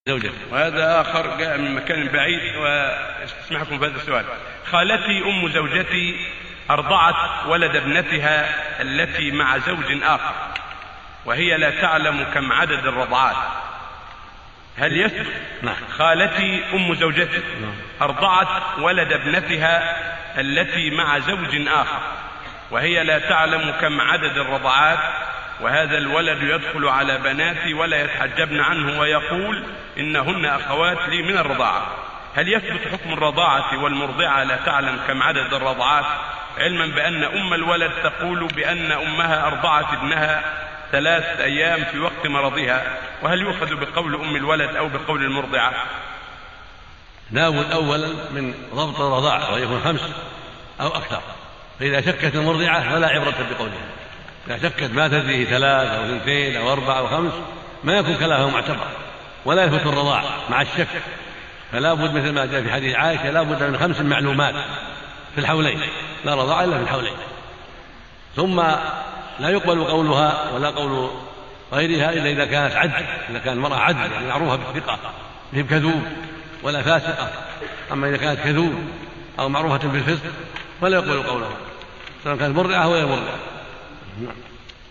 زوجته. وهذا آخر جاء من مكان بعيد واستسمحكم في هذا السؤال. خالتي أم زوجتي أرضعت ولد ابنتها التي مع زوج آخر وهي لا تعلم كم عدد الرضعات، هل يسبق؟ خالتي أم زوجتي أرضعت ولد ابنتها التي مع زوج آخر وهي لا تعلم كم عدد الرضعات، وهذا الولد يدخل على بناتي ولا يتحجبن عنه ويقول إنهن أخوات لي من الرضاعة، هل يثبت حكم الرضاعة والمرضعة لا تعلم كم عدد الرضعات، علما بأن أم الولد تقول بأن أمها أرضعت ابنها 3 أيام في وقت مرضها، وهل يؤخذ بقول أم الولد أو بقول المرضعة؟ لابد أولا من ضبط الرضاعة ويكون 5 أو أكثر، فإذا شكت المرضعة فلا عبرة بقولها، إذا شكت ما تدريه 3 أو 2 أو 4 أو 5 ما يكون كلامه معتبر ولا يثبت الرضاعة مع الشك، فلا بد مثل ما جاء في حديث عائشة لا بد من 5 معلومات في الحولين، لا رضاعة إلا في الحولين. ثم لا يقبل قولها ولا قول غيرها إلا إذا كانت عدل، إذا كانت المرأة عدل يعني معروفة بالثقة مثل كذوب ولا فاسقة، أما إذا كانت كذوب أو معروفة بالفسق فلا يقبل قولها سواء كانت مرضعة أو غير مرضعة.